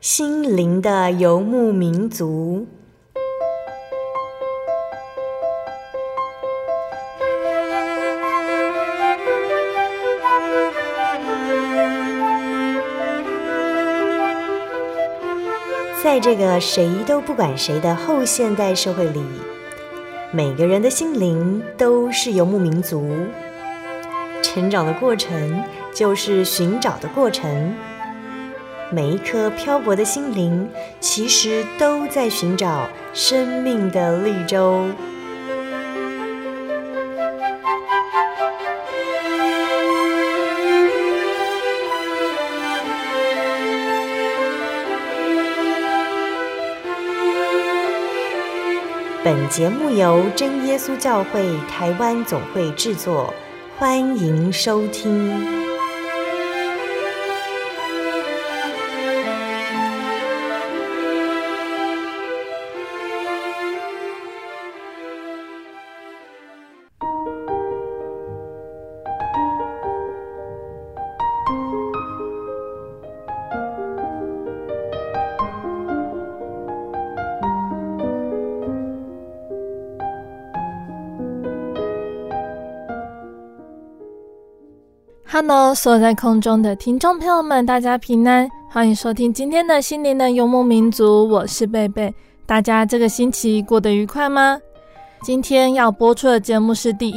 心灵的游牧民族。在这个谁都不管谁的后现代社会里，每个人的心灵都是游牧民族。成长的过程就是寻找的过程，每一颗漂泊的心灵其实都在寻找生命的绿洲。本节目由真耶稣教会台湾总会制作，欢迎收听。 Hello， 所有在空中的听众朋友们，大家平安，欢迎收听今天的心灵的游牧民族，我是贝贝。大家这个星期过得愉快吗？今天要播出的节目是第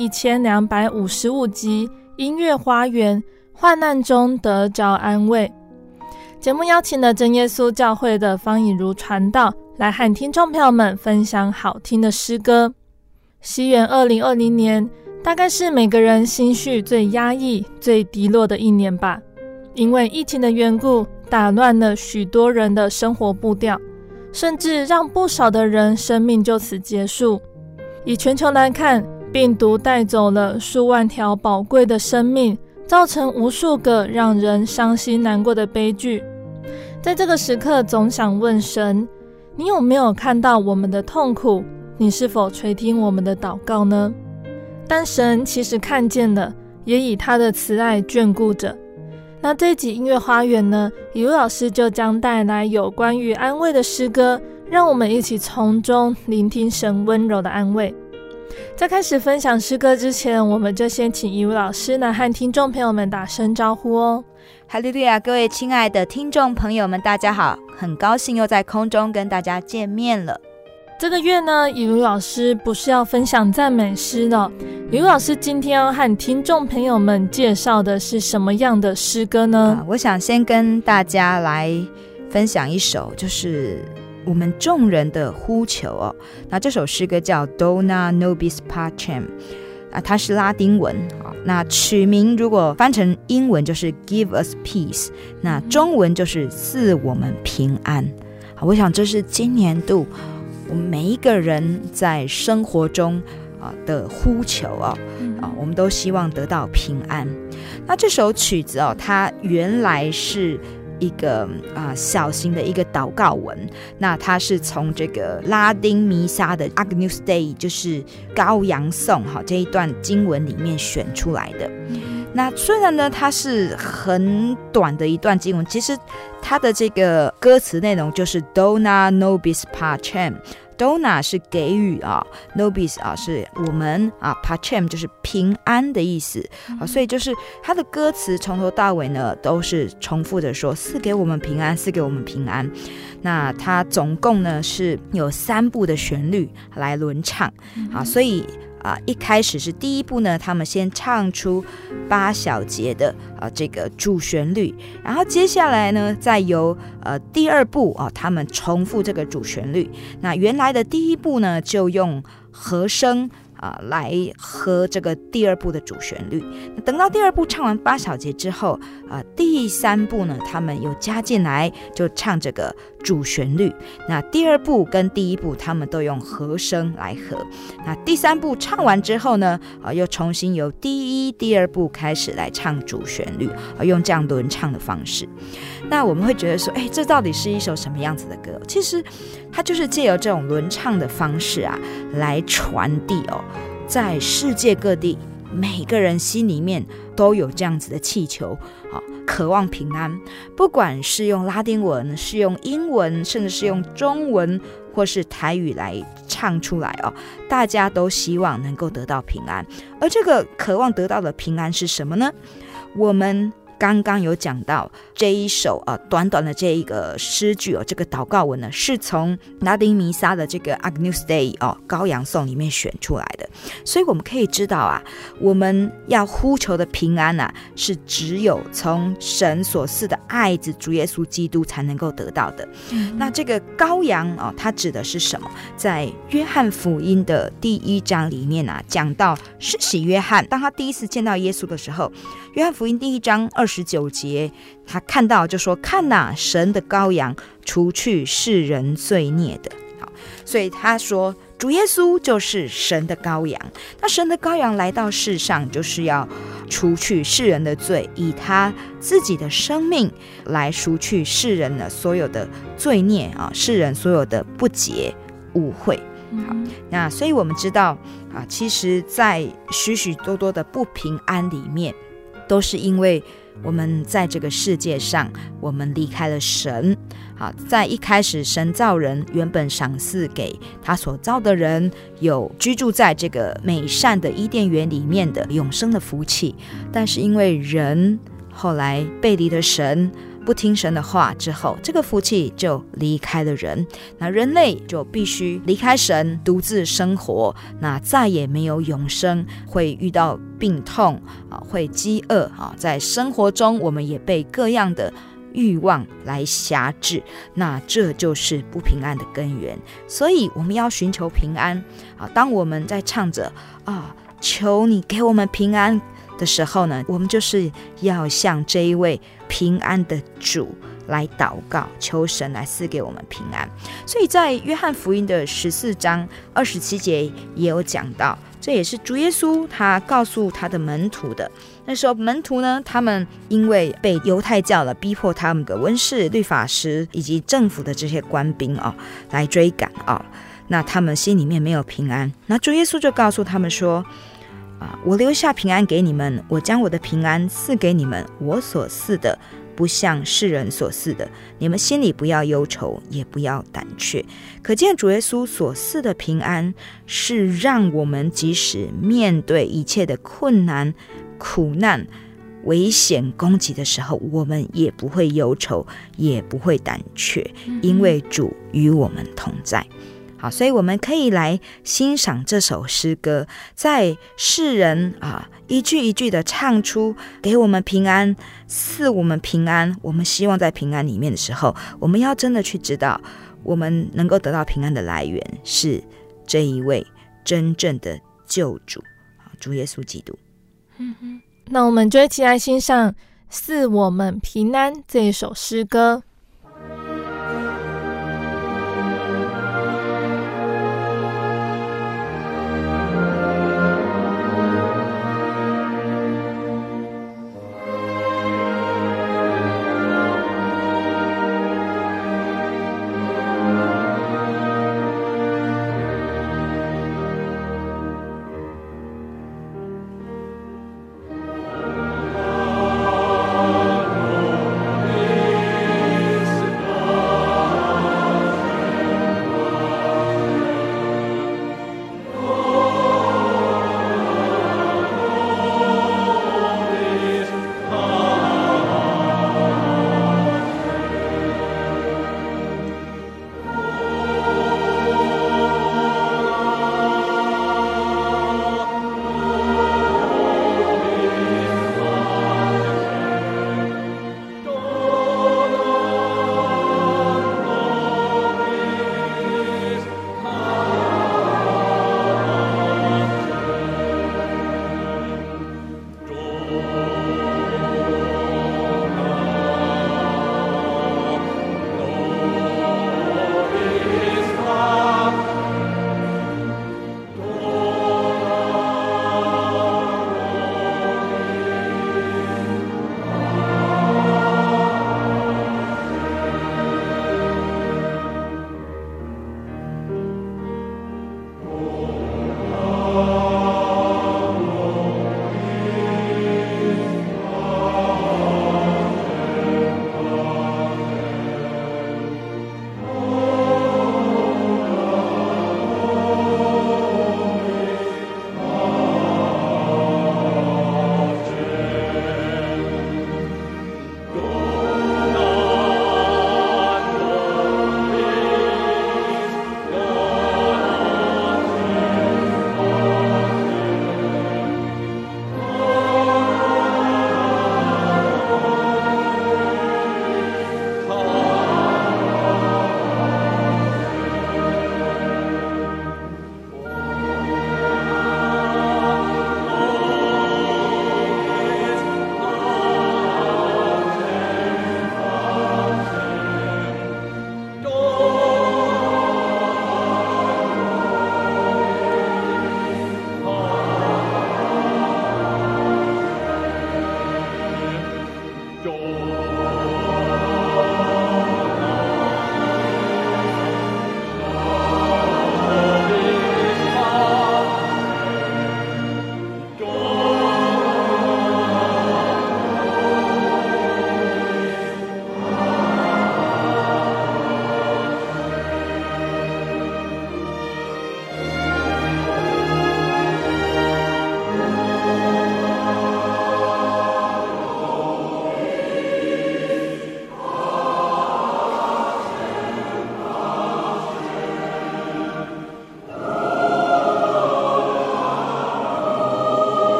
1255集音乐花园，患难中得着安慰。节目邀请了真耶稣教会的方以如传道来和听众朋友们分享好听的诗歌。西元2020年大概是每个人心绪最压抑、最低落的一年吧，因为疫情的缘故，打乱了许多人的生活步调，甚至让不少的人生命就此结束。以全球来看，病毒带走了数万条宝贵的生命，造成无数个让人伤心难过的悲剧。在这个时刻，总想问神，你有没有看到我们的痛苦？你是否垂听我们的祷告呢？但神其实看见了，也以他的慈爱眷顾着。那这一集音乐花园呢，以如老师就将带来有关于安慰的诗歌，让我们一起从中聆听神温柔的安慰。在开始分享诗歌之前，我们就先请以如老师来和听众朋友们打声招呼哦。 哈利路亚，各位亲爱的听众朋友们，大家好，很高兴又在空中跟大家见面了。 这个月呢，以如老师不是要分享赞美诗的，以如老师今天要和听众朋友们介绍的是什么样的诗歌呢？ 我想先跟大家来分享一首，就是我们众人的呼求哦。那这首诗歌叫 Dona Nobis Pacem，它是拉丁文，那取名如果翻成英文就是 Give us peace， 那中文就是赐我们平安。我想这是今年度我们每一个人在生活中的呼求我们都希望得到平安。那这首曲子它原来是一个小型的一个祷告文，那它是从这个拉丁弥撒的 Agnus Dei， 就是羔羊颂这一段经文里面选出来的。那虽然呢它是很短的一段经文，其实它的这个歌词内容就是 Dona Nobis Pacem，Dona 是给予Nobis 是我们Pacem 就是平安的意思所以就是它的歌词从头到尾呢都是重复的说赐给我们平安，赐给我们平安。那它总共呢是有3部的旋律来轮唱所以一开始是第一部呢，他们先唱出8小节的这个主旋律，然后接下来呢，再由第2部他们重复这个主旋律。那原来的第一部呢，就用和声来和这个第2部的主旋律。等到第2部唱完8小节之后第3部呢，他们又加进来就唱这个主旋律。那第2部跟第1部他们都用和声来和。那第3部唱完之后呢又重新由第1、第2部开始来唱主旋律用这样轮唱的方式。那我们会觉得说这到底是一首什么样子的歌？其实它就是借由这种轮唱的方式来传递在世界各地每个人心里面都有这样子的气球，渴望平安，不管是用拉丁文，是用英文，甚至是用中文或是台语来唱出来大家都希望能够得到平安。而这个渴望得到的平安是什么呢？我们刚刚有讲到这一首短短的这一个诗句这个祷告文呢，是从拉丁弥撒的这个 Agnus Dei 羔羊颂里面选出来的。所以我们可以知道我们要呼求的平安是只有从神所赐的爱子主耶稣基督才能够得到的。那这个羔羊它指的是什么？在约翰福音的第1章里面讲到施洗约翰当他第一次见到耶稣的时候，约翰福音第1章29节，他看到就说，看神的羔羊，除去世人罪孽的。所以他说主耶稣就是神的羔羊。那神的羔羊来到世上，就是要除去世人的罪，以他自己的生命来赎去世人的所有的罪孽世人所有的不洁污秽。好，那所以我们知道其实在许许多多的不平安里面，都是因为我们在这个世界上，我们离开了神。好，在一开始神造人，原本赏赐给他所造的人有居住在这个美善的伊甸园里面的永生的福气，但是因为人后来背离了神，不听神的话之后，这个福气就离开了人，那人类就必须离开神，独自生活，那再也没有永生，会遇到病痛会饥饿在生活中我们也被各样的欲望来辖制，那这就是不平安的根源。所以我们要寻求平安当我们在唱着求你给我们平安的时候呢，我们就是要向这一位平安的主来祷告，求神来赐给我们平安。所以在约翰福音的14章27节也有讲到，这也是主耶稣他告诉他的门徒的。那时候门徒呢，他们因为被犹太教逼迫他们的文士、律法师以及政府的这些官兵来追赶那他们心里面没有平安。那主耶稣就告诉他们说我留下平安给你们，我将我的平安赐给你们，我所赐的不像世人所赐的，你们心里不要忧愁，也不要胆怯。可见主耶稣所赐的平安是让我们即使面对一切的困难、苦难、危险攻击的时候，我们也不会忧愁，也不会胆怯，因为主与我们同在。好，所以我们可以来欣赏这首诗歌，在世人一句一句的唱出给我们平安，赐我们平安，我们希望在平安里面的时候，我们要真的去知道，我们能够得到平安的来源是这一位真正的救主主耶稣基督。 那我们就一起来欣赏赐我们平安这一首诗歌。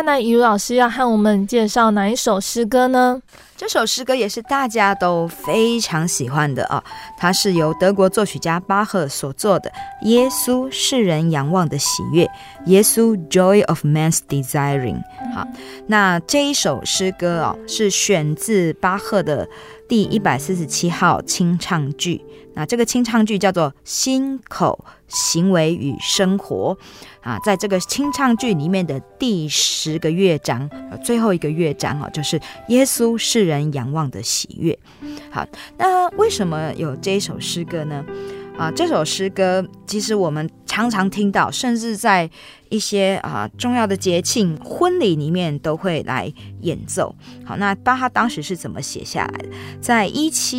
那怡如老师要和我们介绍哪一首诗歌呢？ 这首诗歌也是大家都非常喜欢的哦，它是由德国作曲家巴赫所作的《耶稣世人仰望的喜悦》，耶稣 Joy of Man's Desiring。好，那这一首诗歌哦，是选自巴赫的第147号清唱剧。那这个清唱剧叫做心口行为与生活啊，在这个清唱剧里面的第10个乐章，最后一个乐章哦，就是耶稣世人仰望的喜悦。好，那为什么有这一首诗歌呢？这首诗歌其实我们常常听到，甚至在一些重要的节庆、婚礼里面都会来演奏。好，那巴哈当时是怎么写下来的？在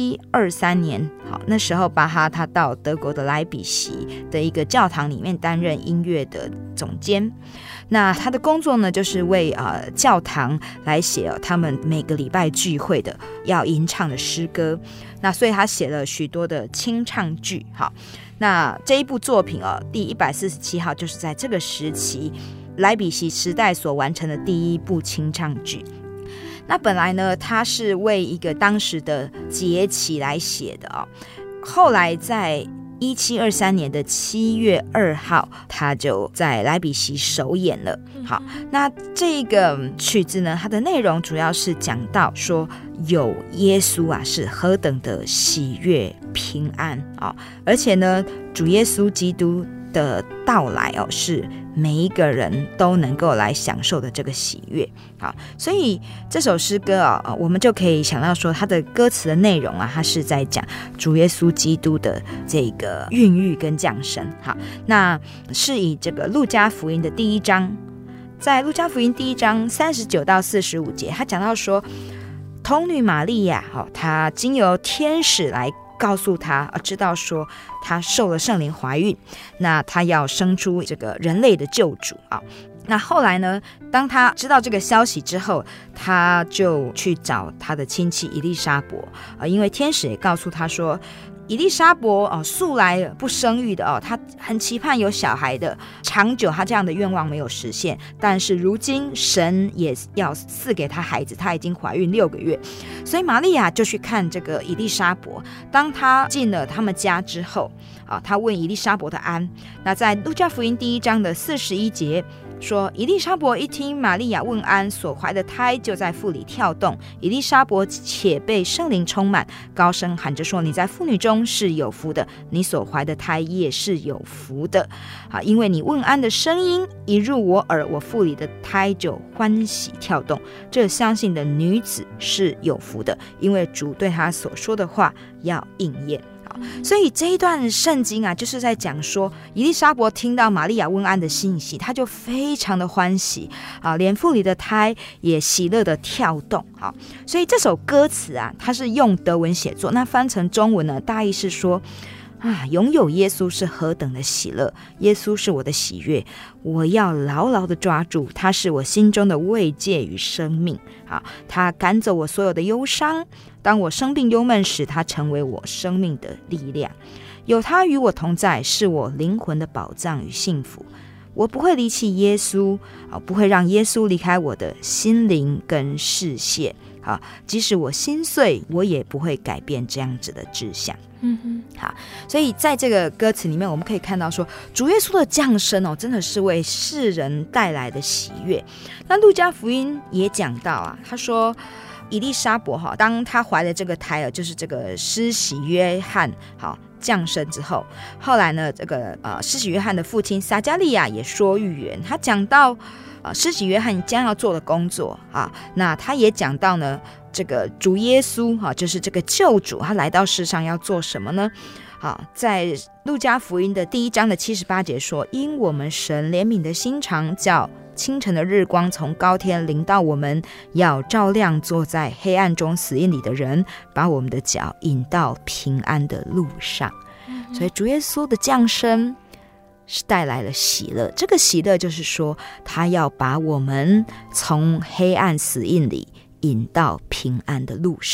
1723年，好，那时候巴哈他到德国的莱比锡的一个教堂里面担任音乐的总监。那他的工作呢，就是为教堂来写他们每个礼拜聚会的要吟唱的诗歌。那所以他写了许多的清唱剧。好，那这一部作品第147号就是在这个时期莱比锡时代所完成的第一部清唱剧。那本来呢，他是为一个当时的节期来写的哦。后来在1723年的7月2号，他就在莱比锡首演了。好，那这个曲子呢，它的内容主要是讲到说，有耶稣啊，是何等的喜悦平安啊！而且呢，主耶稣基督的到来哦，是每一个人都能够来享受的这个喜悦。好，所以这首诗歌我们就可以想到说，它的歌词的内容它是在讲主耶稣基督的这个孕育跟降生。好，那是以这个路加福音的第1章，在路加福音第1章39到45节，他讲到说，童女玛利亚她经由天使来告诉他知道说他受了圣灵怀孕，那他要生出这个人类的救主啊。那后来呢，当他知道这个消息之后，他就去找他的亲戚以利沙伯因为天使也告诉他说，以利沙伯素来不生育的他很期盼有小孩的，长久他这样的愿望没有实现，但是如今神也要赐给他孩子，他已经怀孕6个月，所以玛利亚就去看这个以利沙伯。当他进了他们家之后他问以利沙伯的安。那在路加福音第1章的41节说，以利沙伯一听玛利亚问安，所怀的胎就在腹里跳动，以利沙伯且被圣灵充满，高声喊着说，你在妇女中是有福的，你所怀的胎也是有福的因为你问安的声音一入我耳，我腹里的胎就欢喜跳动，这相信的女子是有福的，因为主对她所说的话要应验。所以这一段圣经就是在讲说，以利沙伯听到玛利亚问安的信息，他就非常的欢喜连腹里的胎也喜乐的跳动所以这首歌词它是用德文写作，那翻成中文呢，大意是说拥有耶稣是何等的喜乐，耶稣是我的喜悦，我要牢牢的抓住，他是我心中的慰藉与生命他赶走我所有的忧伤，当我生病忧闷时，他成为我生命的力量，有他与我同在，是我灵魂的宝藏与幸福，我不会离弃耶稣不会让耶稣离开我的心灵跟视线即使我心碎，我也不会改变这样子的志向。好，所以在这个歌词里面，我们可以看到说，主耶稣的降生真的是为世人带来的喜悦。那路加福音也讲到他说，以利沙伯当他怀了这个胎就是这个施洗约翰降生之后，后来呢，这个施洗约翰的父亲撒加利亚也说预言，他讲到施洗约翰将要做的工作那他也讲到呢，这个主耶稣就是这个救主，他来到世上要做什么呢？在路加福音的第1章的78节说，因我们神怜悯的心肠，叫清晨的日光从高天临到我们，要照亮坐在黑暗中死荫里的人，把我们的脚引到平安的路上。所以主耶稣的降生是带来了喜乐，这个喜乐就是说，他要把我们从黑暗死荫里引到平安的路上。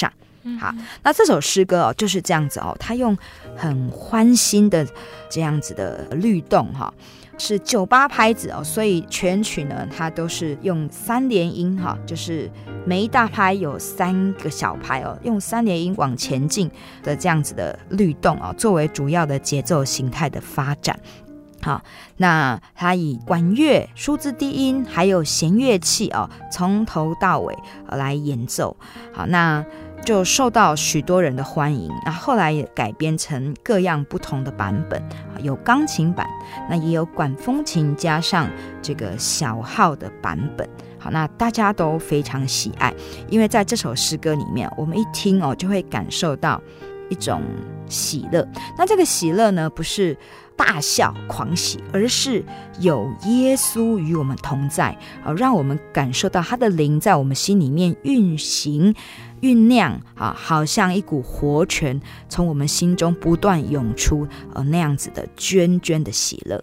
好，那这首诗歌就是这样子它用很欢欣的这样子的律动是9/8拍子所以全曲呢它都是用3连音就是每一大拍有3个小拍用3连音往前进的这样子的律动作为主要的节奏形态的发展。好，那它以管乐、数字低音还有弦乐器从头到尾来演奏。好，那就受到许多人的欢迎，那后来也改编成各样不同的版本，有钢琴版，那也有管风琴加上这个小号的版本。好，那大家都非常喜爱，因为在这首诗歌里面，我们一听就会感受到一种喜乐。那这个喜乐呢，不是大笑狂喜，而是有耶稣与我们同在，让我们感受到他的灵在我们心里面运行酝酿好像一股活泉从我们心中不断涌出那样子的涓涓的喜乐。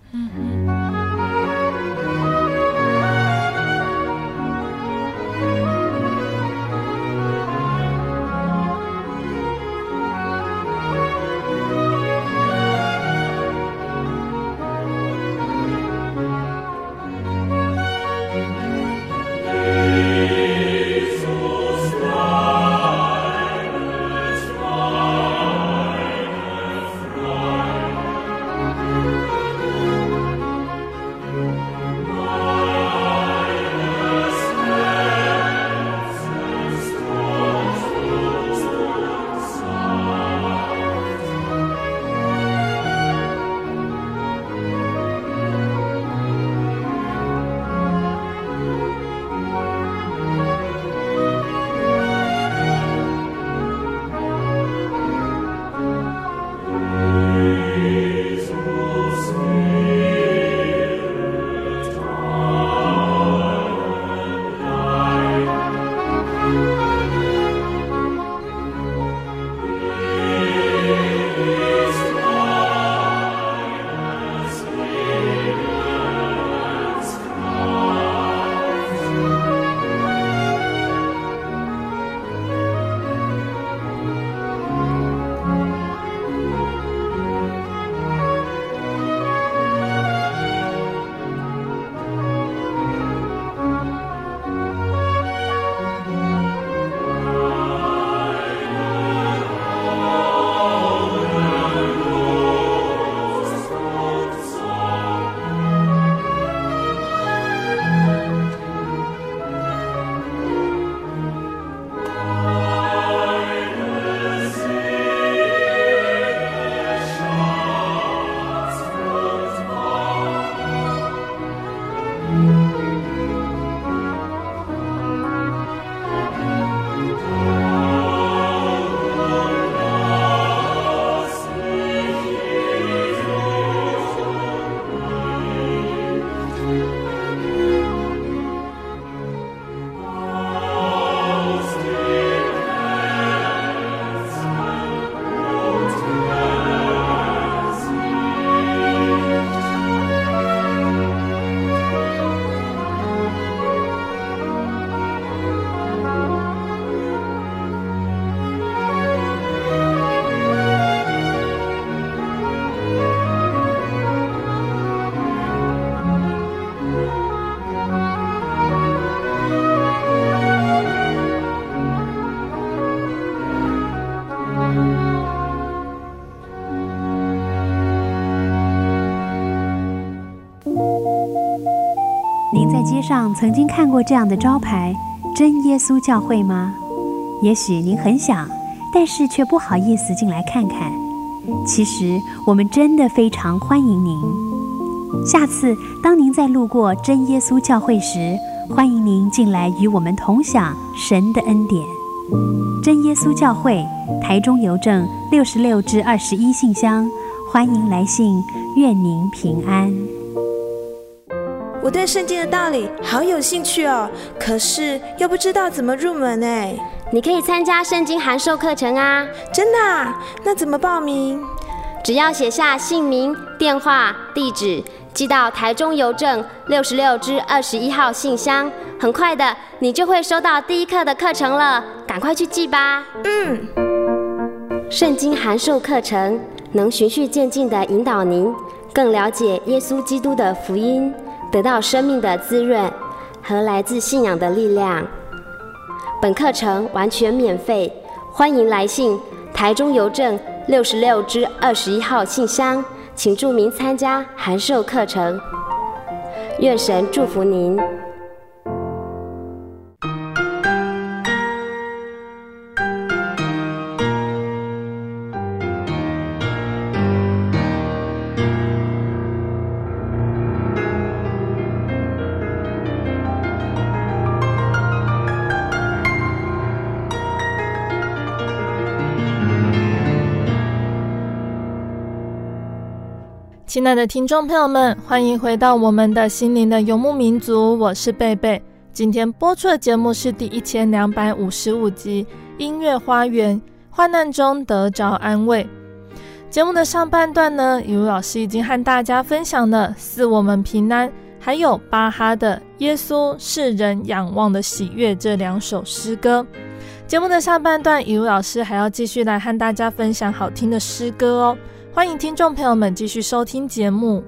您在街上曾经看过这样的招牌“真耶稣教会”吗？也许您很想，但是却不好意思进来看看。其实我们真的非常欢迎您。下次当您在路过真耶稣教会时，欢迎您进来与我们同享神的恩典。真耶稣教会，台中邮政66-21信箱，欢迎来信，愿您平安。 我对圣经的道理好有兴趣哦，可是又不知道怎么入门哎。 你可以参加圣经函授课程啊。 真的啊？那怎么报名？ 只要写下姓名、电话、地址， 寄到台中邮政66支21号信箱，很快的你就会收到第一课的课程了，赶快去寄吧。圣经函授课程能循序渐进地引导您更了解耶稣基督的福音，得到生命的滋润和来自信仰的力量。本课程完全免费，欢迎来信台中邮政66支21号信箱，请注明参加函授课程。愿神祝福您。 亲爱的听众朋友们，欢迎回到我们的心灵的游牧民族，我是贝贝。今天播出的节目是第1255集音乐花园，患难中得着安慰。节目的上半段呢，雨茹老师已经和大家分享了赐我们平安，还有巴哈的耶稣是人仰望的喜悦这2首诗歌。节目的下半段，雨茹老师还要继续来和大家分享好听的诗歌哦。欢迎听众朋友们继续收听节目。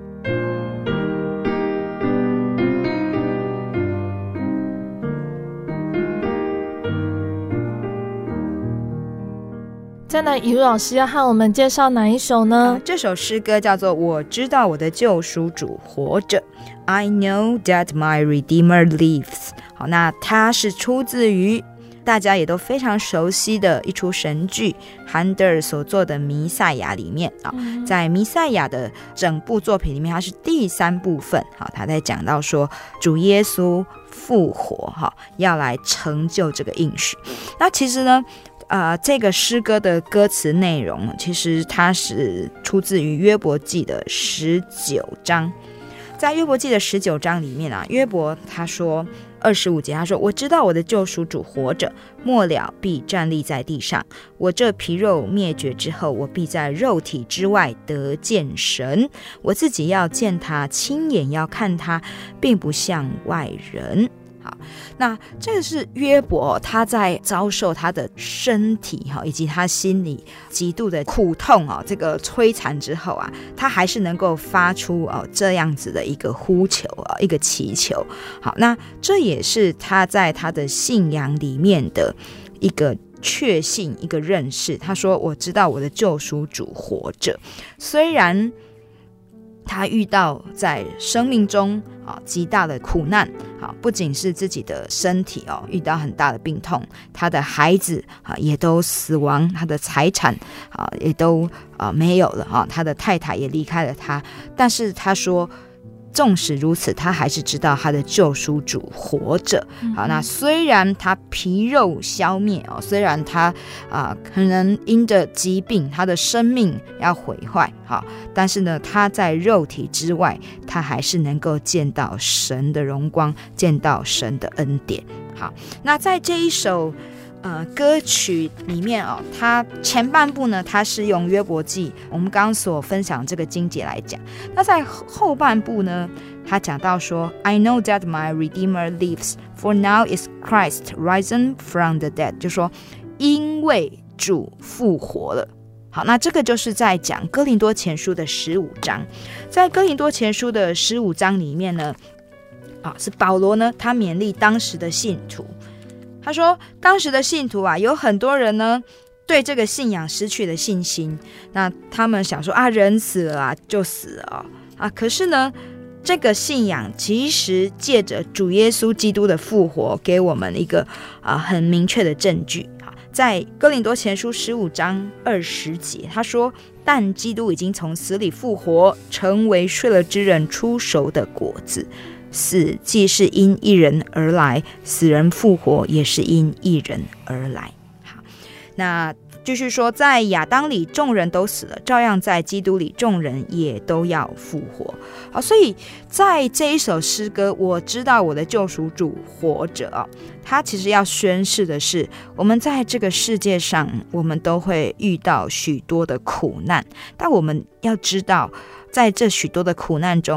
再来，雨茹老师要和我们介绍哪一首呢？ 这首诗歌叫做《我知道我的救赎主活着》 I know that my Redeemer lives。 好，那它是出自于大家也都非常熟悉的一出神剧，韩德尔所做的《弥赛亚》里面在弥赛亚的整部作品里面，它是第3部分。他在讲到说主耶稣复活要来成就这个应许。那其实呢这个诗歌的歌词内容其实它是出自于约伯记的19章。在约伯记的19章里面约伯他说25节，他说我知道我的救赎主活着，末了必站立在地上。我这皮肉灭绝之后，我必在肉体之外得见神。我自己要见他，亲眼要看他，并不像外人。好，那这个是约伯他在遭受他的身体以及他心里极度的苦痛这个摧残之后他还是能够发出这样子的一个呼求一个祈求。好，那这也是他在他的信仰里面的一个确信，一个认识。他说我知道我的救赎主活着，虽然他遇到在生命中极大的苦难，不仅是自己的身体遇到很大的病痛，他的孩子也都死亡，他的财产也都没有了，他的太太也离开了他。但是他说纵使如此，他还是知道他的救赎主活着。好，那虽然他皮肉消灭虽然他可能因着疾病他的生命要毁坏，但是呢他在肉体之外，他还是能够见到神的荣光，见到神的恩典。好，那在这一首歌曲里面它前半部呢，它是用约伯记我们刚刚所分享这个经节来讲。那在后半部呢，他讲到说 I know that my Redeemer lives, for now is Christ risen from the dead， 就说因为主复活了。好，那这个就是在讲哥林多前书的15章。在哥林多前书的15章里面呢，是保罗呢他勉励当时的信徒。他说当时的信徒有很多人呢对这个信仰失去了信心，那他们想说人死了就死了可是呢这个信仰其实借着主耶稣基督的复活给我们一个很明确的证据。在哥林多前书15章20节，他说但基督已经从死里复活，成为睡了之人出熟的果子。死既是因一人而来，死人复活也是因一人而来。好，那继续说，在亚当里众人都死了，照样在基督里众人也都要复活。好，所以在这一首诗歌我知道我的救赎主活着他其实要宣示的是，我们在这个世界上我们都会遇到许多的苦难，但我们要知道在这许多的苦难中，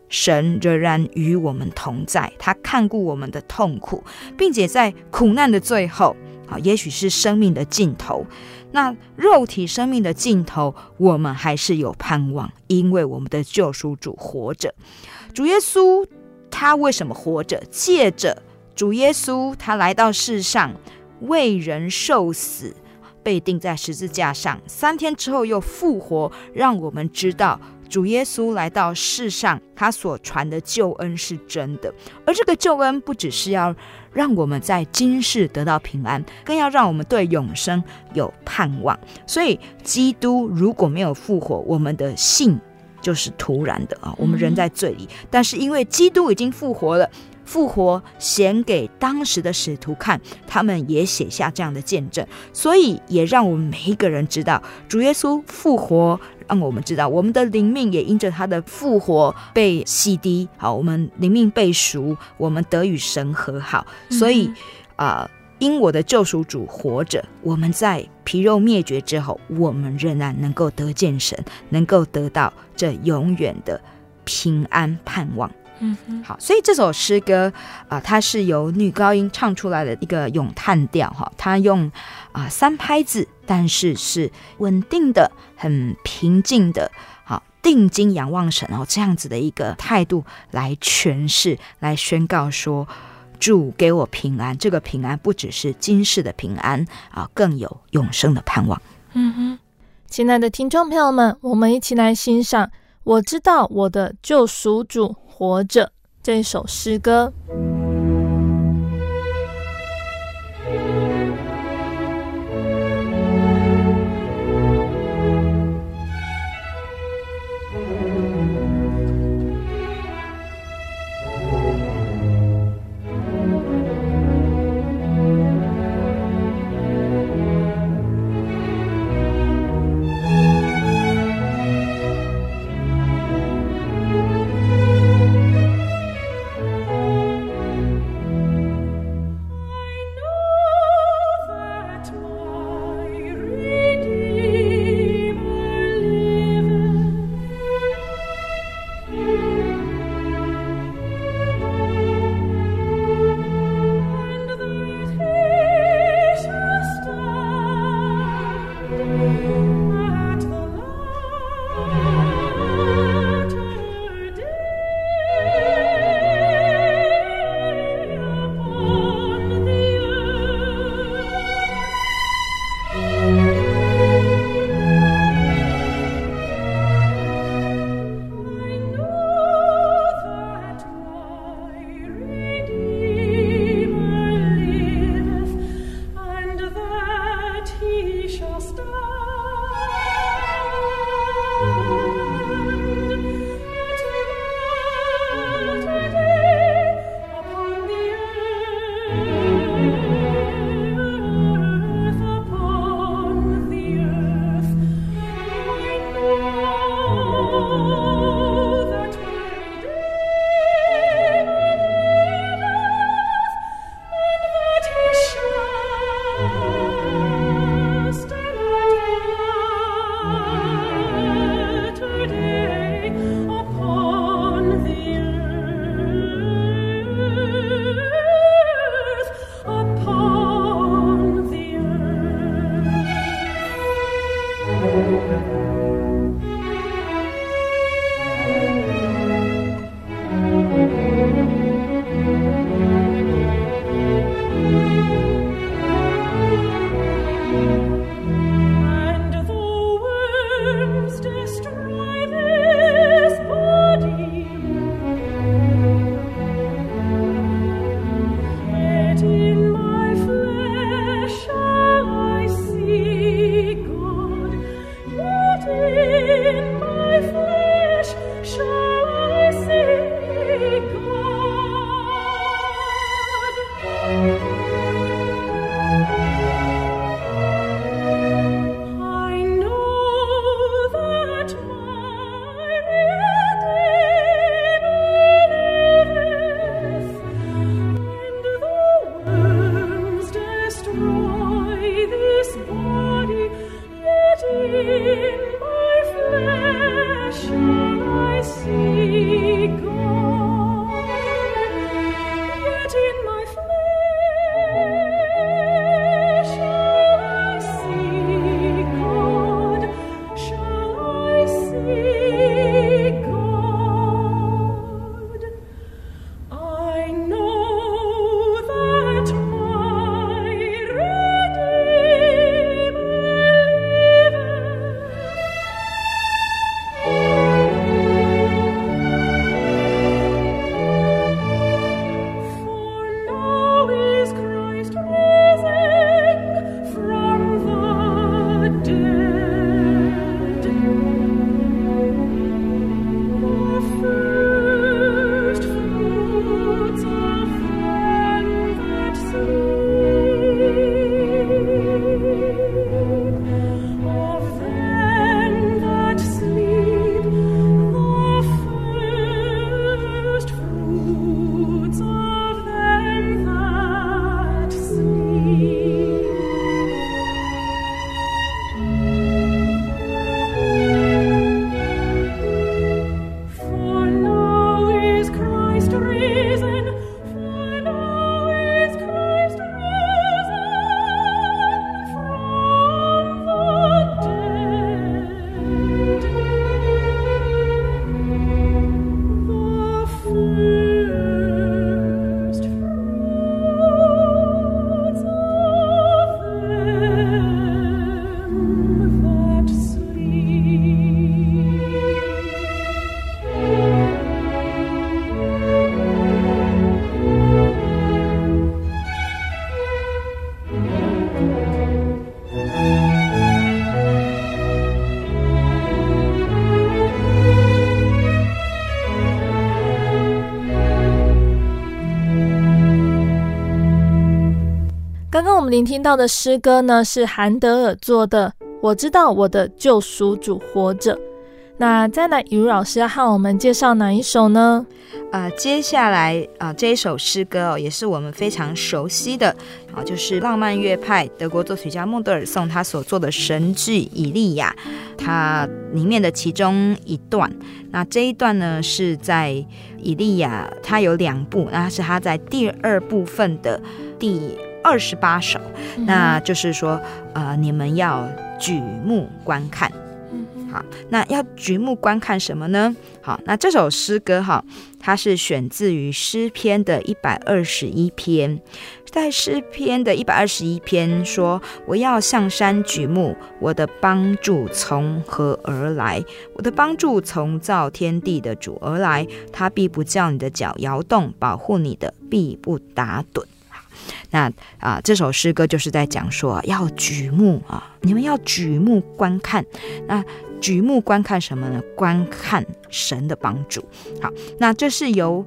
神仍然与我们同在，他看顾我们的痛苦，并且在苦难的最后，也许是生命的尽头，那肉体生命的尽头，我们还是有盼望，因为我们的救赎主活着。主耶稣他为什么活着？借着主耶稣他来到世上，为人受死，被钉在十字架上，3天之后又复活，让我们知道主耶稣来到世上，他所传的救恩是真的。而这个救恩不只是要让我们在今世得到平安，更要让我们对永生有盼望。所以基督如果没有复活，我们的信就是徒然的，我们人在罪里。但是因为基督已经复活了，复活显给当时的使徒看，他们也写下这样的见证，所以也让我们每一个人知道主耶稣复活，让我们知道我们的灵命也因着他的复活被洗涤，我们灵命被赎，我们得与神和好。所以因我的救赎主活着，我们在皮肉灭绝之后，我们仍然能够得见神，能够得到这永远的平安盼望。好，所以这首诗歌它是由女高音唱出来的一个咏叹调，它用3拍子，但是是稳定的、很平静的，定睛仰望神，这样子的一个态度来诠释，来宣告说主给我平安，这个平安不只是今世的平安，更有永生的盼望。 亲爱的听众朋友们，我们一起来欣赏我知道我的救赎主活着这首诗歌。 刚刚我们聆听到的诗歌呢，是韩德尔作的《我知道我的救赎主活着》。那再来，雨茹老师要和我们介绍哪一首呢？ 接下来这一首诗歌也是我们非常熟悉的就是浪漫乐派德国作曲家孟德尔颂他所做的神剧《以利亚》，它里面的其中一段。那这一段呢是在以利亚，它有2部，那是他在第2部分的第28首，那就是说你们要举目观看。好，那要举目观看什么呢？好，那这首诗歌它是选自于诗篇的121篇。在诗篇的121篇说，我要向山举目，我的帮助从何而来？我的帮助从造天地的主而来，他必不叫你的脚摇动，保护你的必不打盹。那这首诗歌就是在讲说要举目你们要举目观看。那举目观看什么呢？观看神的帮助。好，那这是由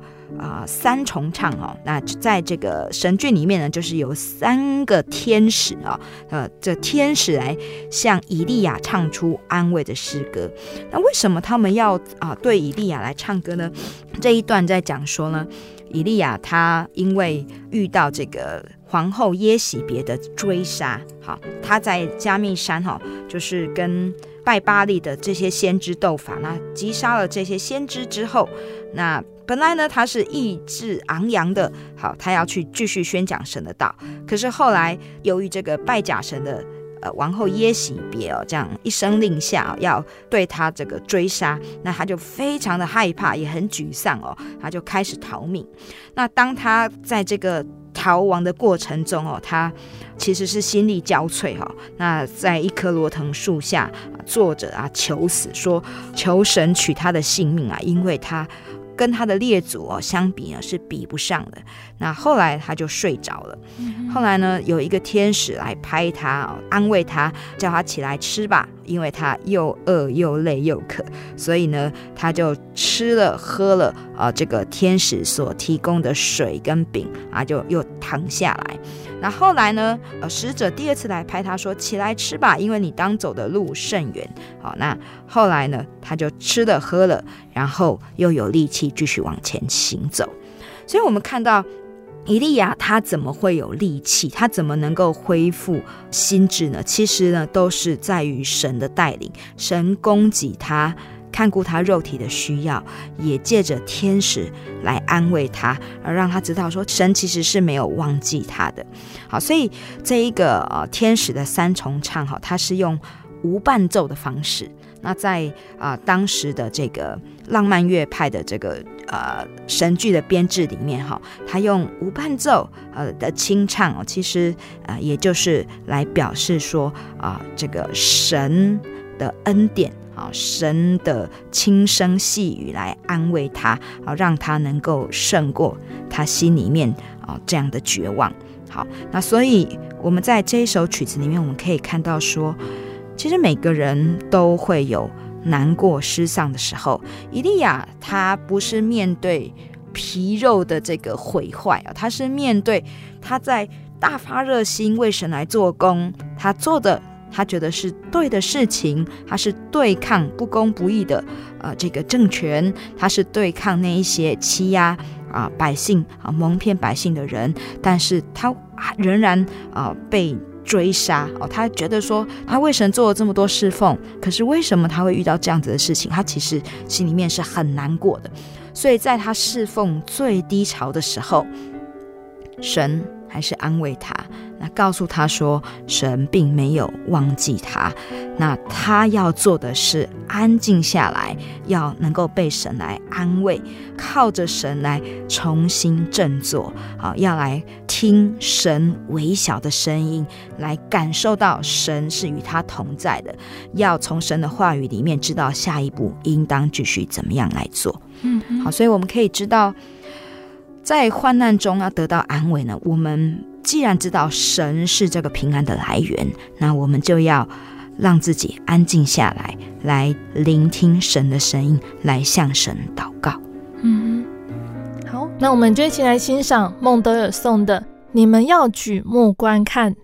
3重唱那在这个神剧里面呢，就是由3个天使这天使来向以利亚唱出安慰的诗歌。那为什么他们要对以利亚来唱歌呢？这一段在讲说呢，以利亚他因为遇到这个皇后耶洗别的追杀，他在加密山就是跟拜巴力的这些先知斗法，那击杀了这些先知之后，那本来呢他是意志昂扬的，他要去继续宣讲神的道。可是后来由于这个拜假神的王后耶洗别这样一声令下要对他这个追杀，那他就非常的害怕，也很沮丧他就开始逃命。那当他在这个逃亡的过程中他其实是心力交瘁那在一棵罗藤树下坐着求死，说求神取他的性命因为他跟他的列祖相比是比不上的。那后来他就睡着了。后来呢，有一个天使来拍他安慰他，叫他起来吃吧，因为他又饿又累又渴，所以呢他就吃了喝了这个天使所提供的水跟饼就又躺下来。那后来呢使者第2次来拍他说起来吃吧，因为你当走的路甚远。那后来呢他就吃了喝了，然后又有力气继续往前行走。所以我们看到以利亚他怎么会有力气，他怎么能够恢复心智呢？其实呢都是在于神的带领，神供给他，看顾他肉体的需要，也借着天使来安慰他，而让他知道说神其实是没有忘记他的。好，所以这一个天使的3重唱他是用无伴奏的方式。那在当时的这个浪漫乐派的这个神剧的编制里面他用无伴奏的清唱其实也就是来表示说这个神的恩典神的轻声细语来安慰他让他能够胜过他心里面这样的绝望。好，那所以我们在这一首曲子里面，我们可以看到说其实每个人都会有难过失丧的时候。以利亚他不是面对皮肉的这个毁坏他是面对他在大发热心为神来做工，他做的他觉得是对的事情，他是对抗不公不义的这个政权，他是对抗那一些欺压百姓蒙骗百姓的人，但是他仍然被追杀他觉得说他为神做了这么多侍奉，可是为什么他会遇到这样子的事情？他其实心里面是很难过的。所以在他侍奉最低潮的时候，神还是安慰他，那告诉他说神并没有忘记他，那他要做的是安静下来，要能够被神来安慰，靠着神来重新振作要来听神微小的声音，来感受到神是与他同在的，要从神的话语里面知道下一步应当继续怎么样来做。好，所以我们可以知道在患难中要得到安慰呢，我们既然知道神是这个平安的来源，那我们就要让自己安静下来，来聆听神的声音，来向神祷告。 好，那我们就一起来欣赏孟德尔颂的《 你们要举目观看。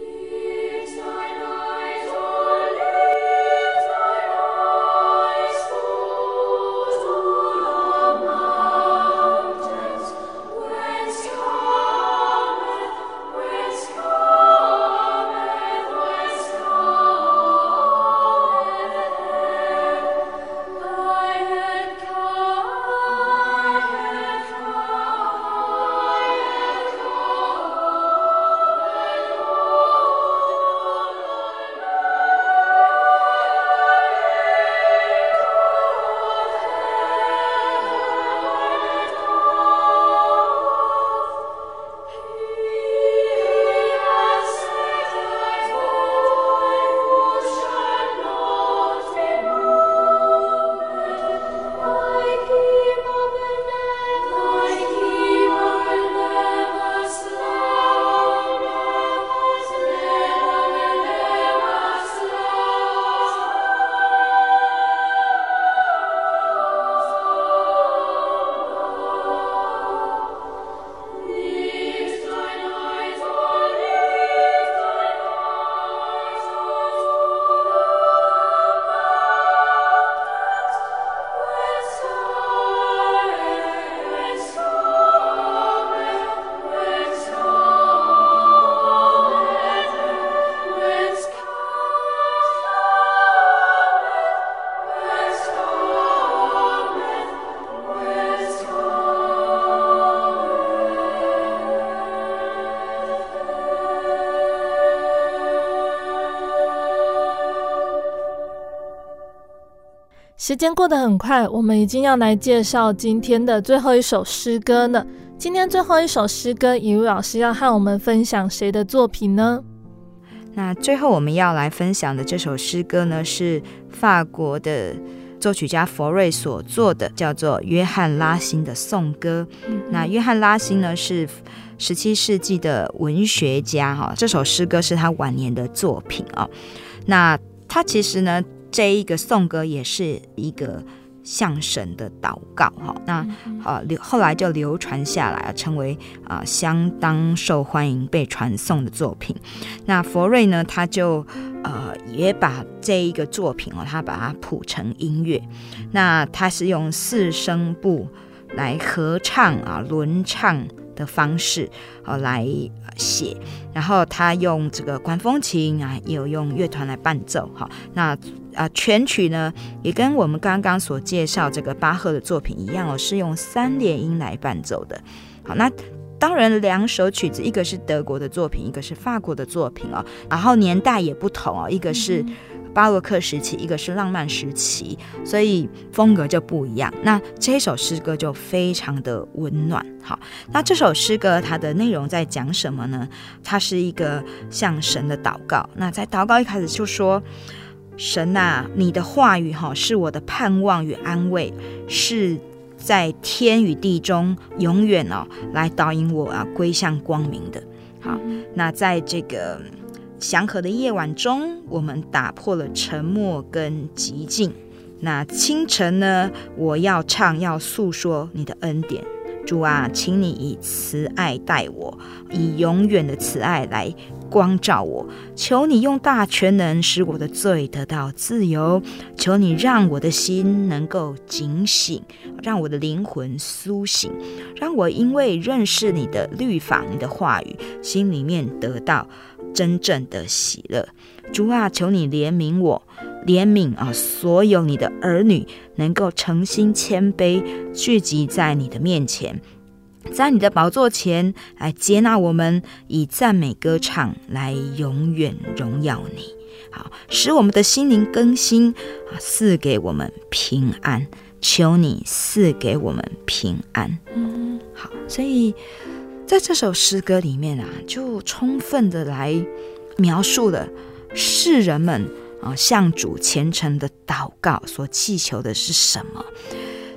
时间过得很快，我们已经要来介绍今天的最后一首诗歌了。今天最后一首诗歌，以如老师要和我们分享谁的作品呢？ 那最后我们要来分享的这首诗歌呢，是法国的作曲家佛瑞所作的，叫做约翰拉辛的颂歌。那约翰拉辛呢是17世纪的文学家，这首诗歌是他晚年的作品。那他其实呢这一个颂歌也是一个向神的祷告，那后来就流传下来，成为相当受欢迎被传颂的作品。那佛瑞呢，他就也把这一个作品他把它谱成音乐。那他是用4声部来合唱轮唱的方式来写，然后他用这个管风琴也有用乐团来伴奏。那全曲呢也跟我们刚刚所介绍这个巴赫的作品一样，是用3连音来伴奏的。好，那当然2首曲子，一个是德国的作品，一个是法国的作品，然后年代也不同，一个是巴洛克时期，一个是浪漫时期，所以风格就不一样。那这首诗歌就非常的温暖。好，那这首诗歌它的内容在讲什么呢？它是一个向神的祷告。那在祷告一开始就说，神啊，你的话语是我的盼望与安慰，是在天与地中永远来导引我归向光明的。好，那在这个祥和的夜晚中，我们打破了沉默跟寂静。那清晨呢，我要唱，要诉说你的恩典。主啊，请你以慈爱待我，以永远的慈爱来光照我。求你用大全能使我的罪得到自由，求你让我的心能够警醒，让我的灵魂苏醒，让我因为认识你的律法，你的话语，心里面得到真正的喜乐。主啊，求你怜悯我，怜悯所有你的儿女能够诚心谦卑，聚集在你的面前，在你的宝座前来接纳我们，以赞美歌唱来永远荣耀你。好，使我们的心灵更新，赐给我们平安，求你赐给我们平安。好，所以在这首诗歌里面就充分的来描述了世人们向主虔诚的祷告所祈求的是什么。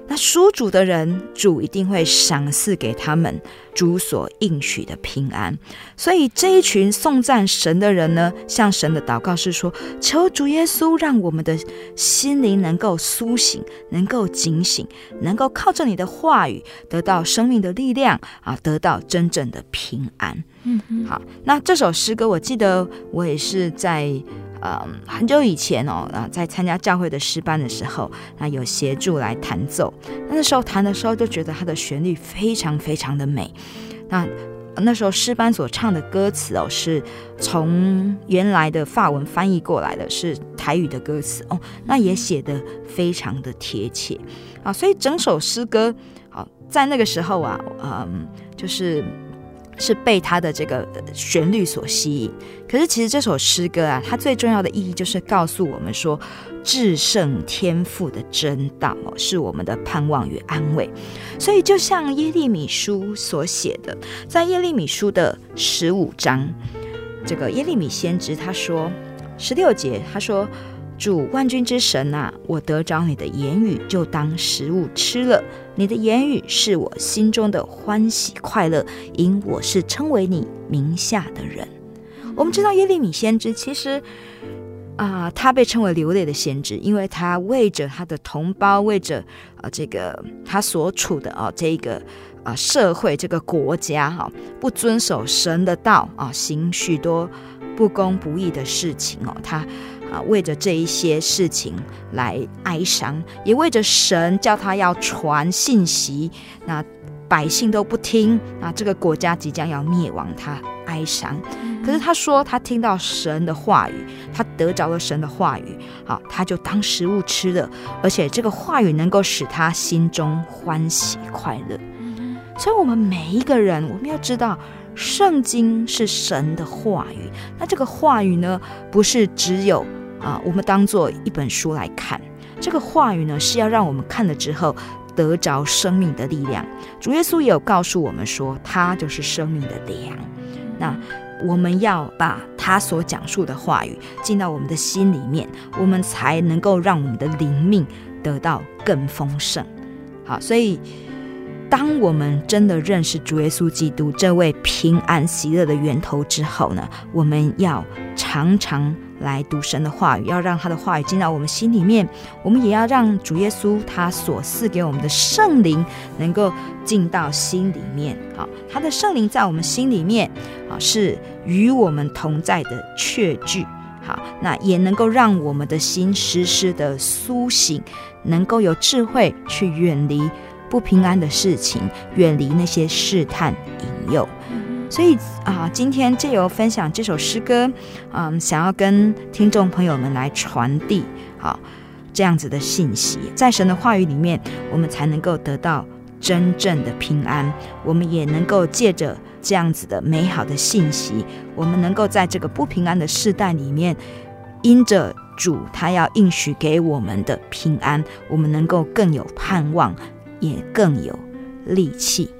那属主的人，主一定会赏赐给他们主所应许的平安。所以这一群颂赞神的人呢，向神的祷告是说，求主耶稣让我们的心灵能够苏醒，能够警醒，能够靠着你的话语得到生命的力量得到真正的平安。好，那这首诗歌我记得我也是在很久以前在参加教会的诗班的时候，有协助来弹奏。那时候弹的时候就觉得它的旋律非常非常的美。那时候诗班所唱的歌词是从原来的法文翻译过来的，是台语的歌词那也写得非常的贴切所以整首诗歌在那个时候是被他的这个旋律所吸引。可是其实这首诗歌它最重要的意义就是告诉我们说，至圣天父的真道是我们的盼望与安慰。所以就像耶利米书所写的，在耶利米书的15章，这个耶利米先知他说16节，他说，主万军之神我得着你的言语，就当食物吃了。你的言语是我心中的欢喜快乐，因我是称为你名下的人。我们知道耶利米先知其实他被称为流泪的先知，因为他为着他的同胞，为着这个他所处的这个社会，这个国家不遵守神的道行许多不公不义的事情他为着这一些事情来哀伤，也为着神叫他要传信息，那百姓都不听，那这个国家即将要灭亡，他哀伤。可是他说他听到神的话语，他得着了神的话语他就当食物吃了，而且这个话语能够使他心中欢喜快乐。所以我们每一个人，我们要知道圣经是神的话语，那这个话语呢，不是只有我们当作一本书来看，这个话语呢，是要让我们看了之后得着生命的力量。主耶稣也有告诉我们说，他就是生命的粮。那我们要把他所讲述的话语进到我们的心里面，我们才能够让我们的灵命得到更丰盛。好，所以当我们真的认识主耶稣基督这位平安喜乐的源头之后呢，我们要常常来读神的话语，要让他的话语进到我们心里面。我们也要让主耶稣他所赐给我们的圣灵能够进到心里面。他的圣灵在我们心里面是与我们同在的确据。好，那也能够让我们的心时时的苏醒，能够有智慧去远离不平安的事情，远离那些试探引诱。所以今天藉由分享这首诗歌想要跟听众朋友们来传递这样子的信息，在神的话语里面，我们才能够得到真正的平安。我们也能够借着这样子的美好的信息，我们能够在这个不平安的世代里面，因着主他要应许给我们的平安，我们能够更有盼望，也更有力气。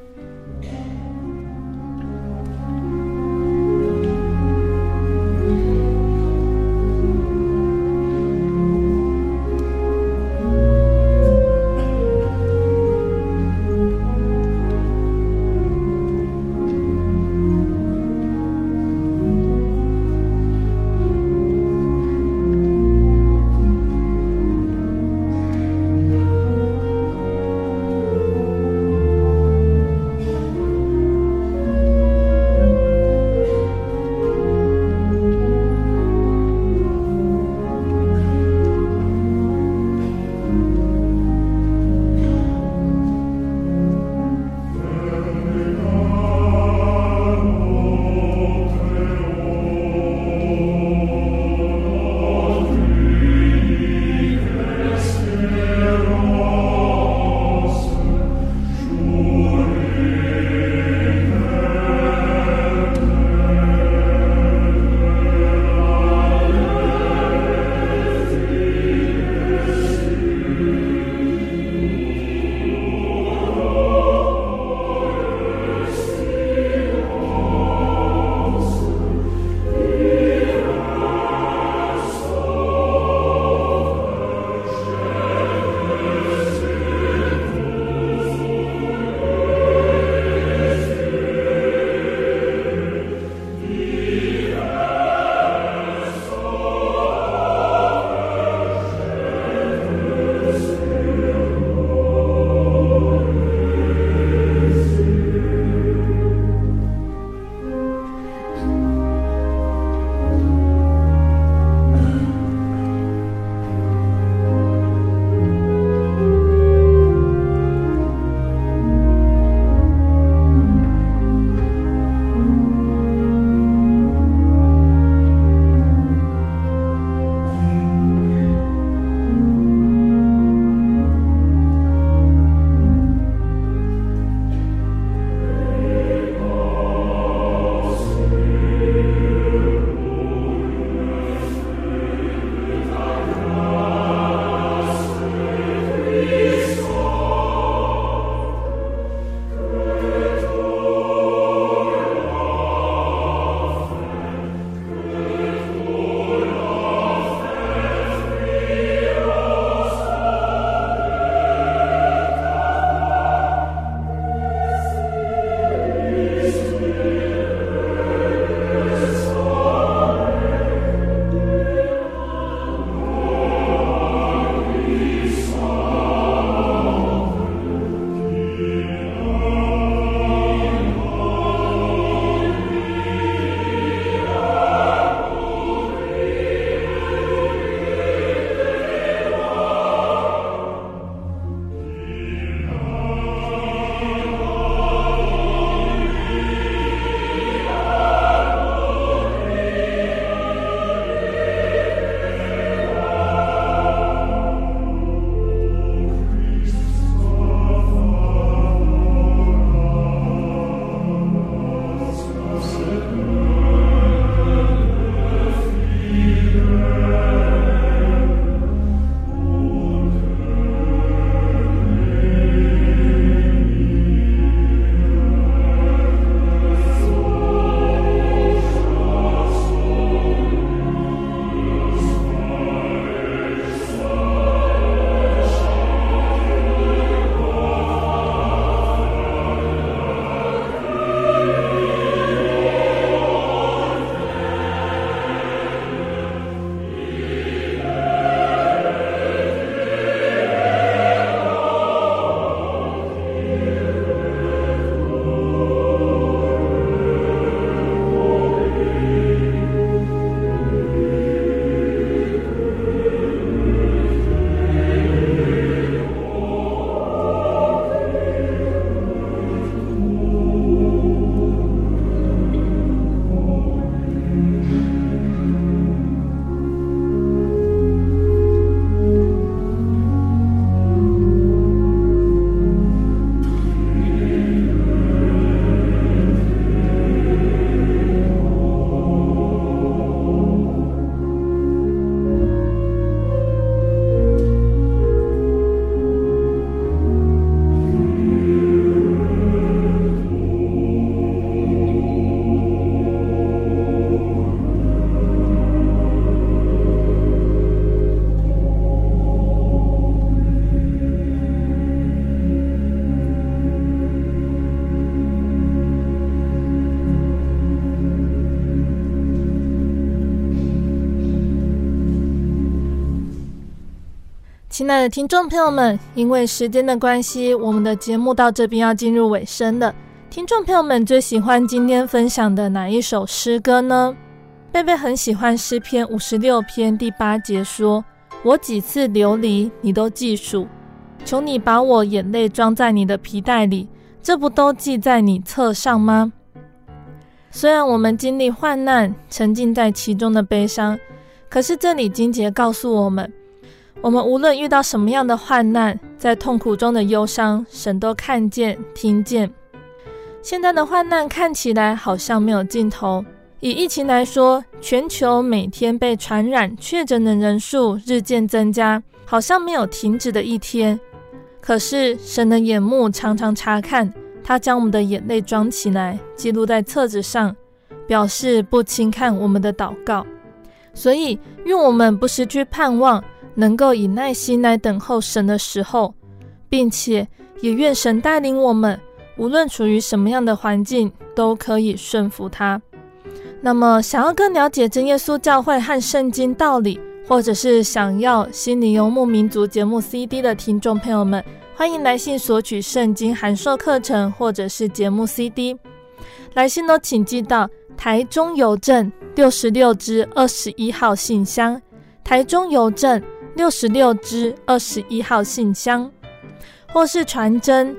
亲爱的听众朋友们，因为时间的关系，我们的节目到这边要进入尾声了。听众朋友们最喜欢今天分享的哪一首诗歌呢？贝贝很喜欢诗篇56篇第8节说，我几次流离你都记数，求你把我眼泪装在你的皮带里，这不都记在你册上吗？虽然我们经历患难，沉浸在其中的悲伤，可是这里经节告诉我们无论遇到什么样的患难，在痛苦中的忧伤，神都看见听见。现在的患难看起来好像没有尽头，以疫情来说，全球每天被传染确诊的人数日渐增加，好像没有停止的一天。可是神的眼目常常察看，他将我们的眼泪装起来，记录在册子上，表示不轻看我们的祷告。所以愿我们不失去盼望，能够以耐心来等候神的时候，并且也愿神带领我们，无论处于什么样的环境，都可以顺服他。那么想要更了解真耶稣教会和圣经道理，或者是想要心灵游牧民族节目 CD 的听众朋友们，欢迎来信索取圣经函授课程或者是节目 CD。 来信都请寄到台中邮政66支21号信箱，台中邮政66支21号信箱，或是传真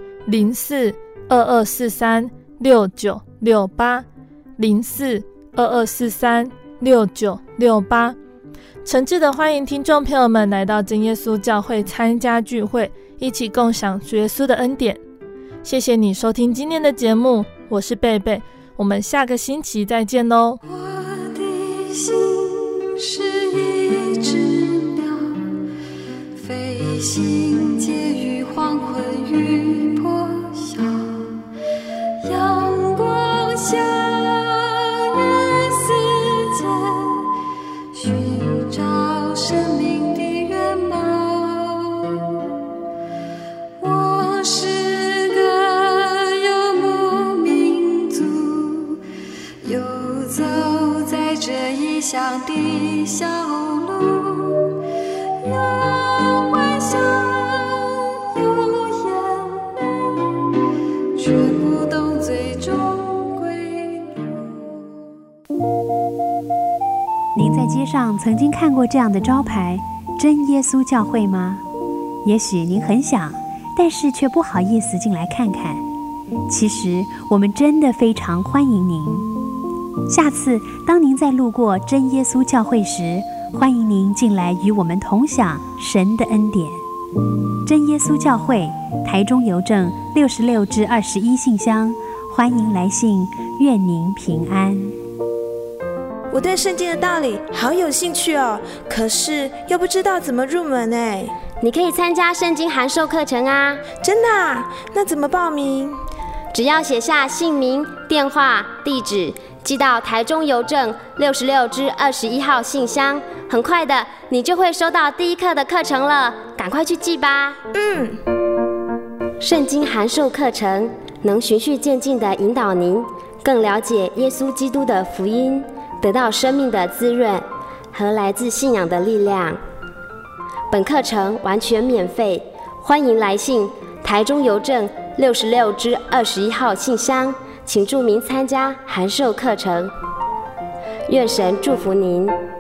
04-2243-6968 04-2243-6968。诚挚的欢迎听众朋友们来到真耶稣教会参加聚会，一起共享主耶稣的恩典。谢谢你收听今天的节目，我是贝贝，我们下个星期再见咯。 我的心是一只鸟，飞行介于黄昏与破晓，阳光下与世界寻找生命的原貌。我是个游牧民族，游走在这异乡的小路，有欢笑，有眼泪，却不懂最终归路。 您在街上曾经看过这样的招牌“真耶稣教会”吗？也许您很想，但是却不好意思进来看看。其实我们真的非常欢迎您。下次当您再路过真耶稣教会时，欢迎您进来与我们同享神的恩典。真耶稣教会，台中邮政66支21信箱，欢迎来信，愿您平安。 我对圣经的道理好有兴趣哦，可是又不知道怎么入门哎。 你可以参加圣经函授课程啊。 真的啊？那怎么报名？ 只要写下姓名、电话、地址，寄到台中邮政66支21号信箱，很快的你就会收到第一课的课程了，赶快去寄吧。圣经函授课程能循序渐进地引导您更了解耶稣基督的福音，得到生命的滋润和来自信仰的力量。本课程完全免费，欢迎来信台中邮政66支21号信箱，请注明参加函授课程。愿神祝福您。